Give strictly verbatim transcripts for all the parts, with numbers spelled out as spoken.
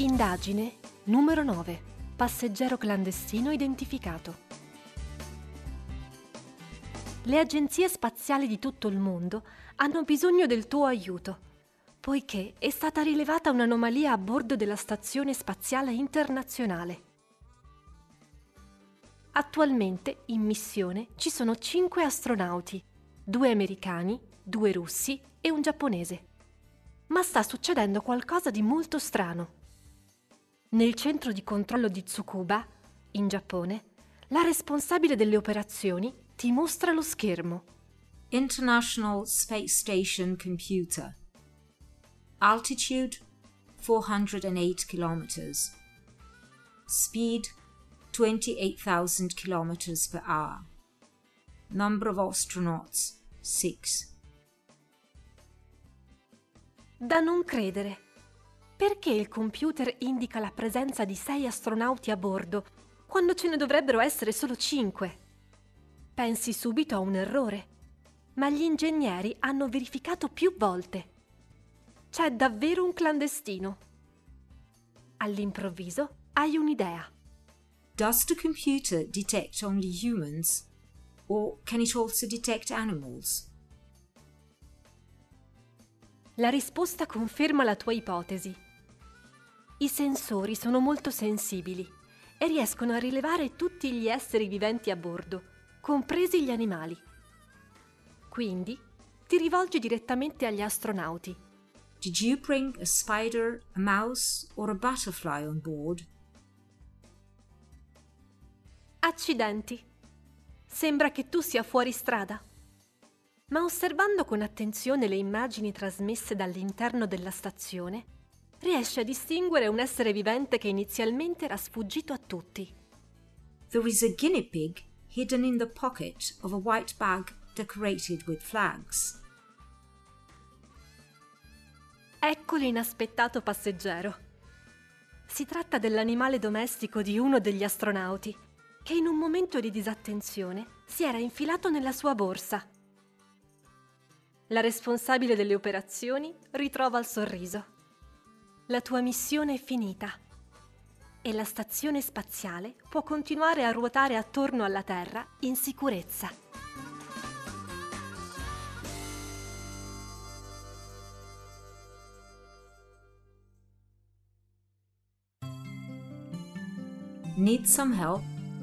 Indagine numero nove. Passeggero clandestino identificato. Le agenzie spaziali di tutto il mondo hanno bisogno del tuo aiuto, poiché è stata rilevata un'anomalia a bordo della Stazione Spaziale Internazionale. Attualmente in missione ci sono cinque astronauti, due americani, due russi e un giapponese. Ma sta succedendo qualcosa di molto strano. Nel centro di controllo di Tsukuba, in Giappone, la responsabile delle operazioni ti mostra lo schermo. International Space Station Computer. Altitude four hundred eight kilometers. Speed twenty-eight thousand kilometers per hour. Number of astronauts six. Da non credere. Perché il computer indica la presenza di sei astronauti a bordo quando ce ne dovrebbero essere solo cinque? Pensi subito a un errore, ma gli ingegneri hanno verificato più volte. C'è davvero un clandestino. All'improvviso hai un'idea. Does the computer detect only humans, or can it also detect animals? La risposta conferma la tua ipotesi. I sensori sono molto sensibili e riescono a rilevare tutti gli esseri viventi a bordo, compresi gli animali. Quindi ti rivolgi direttamente agli astronauti. Did you bring a spider, a mouse, or a butterfly on board? Accidenti! Sembra che tu sia fuori strada. Ma osservando con attenzione le immagini trasmesse dall'interno della stazione, riesci a distinguere un essere vivente che inizialmente era sfuggito a tutti. There is a guinea pig hidden in the pocket of a white bag decorated with flags. Ecco l'inaspettato passeggero. Si tratta dell'animale domestico di uno degli astronauti, che in un momento di disattenzione si era infilato nella sua borsa. La responsabile delle operazioni ritrova il sorriso. La tua missione è finita e la stazione spaziale può continuare a ruotare attorno alla Terra in sicurezza. Need some help?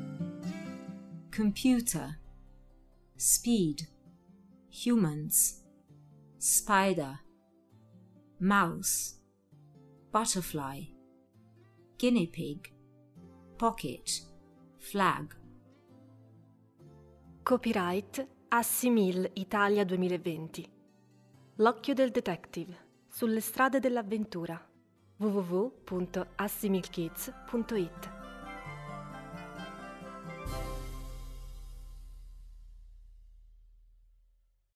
Computer. Speed. Humans. Spider. Mouse. Butterfly. Guinea pig. Pocket. Flag. Copyright Assimil Italia duemilaventi. L'occhio del detective sulle strade dell'avventura. w w w punto assimilkids punto it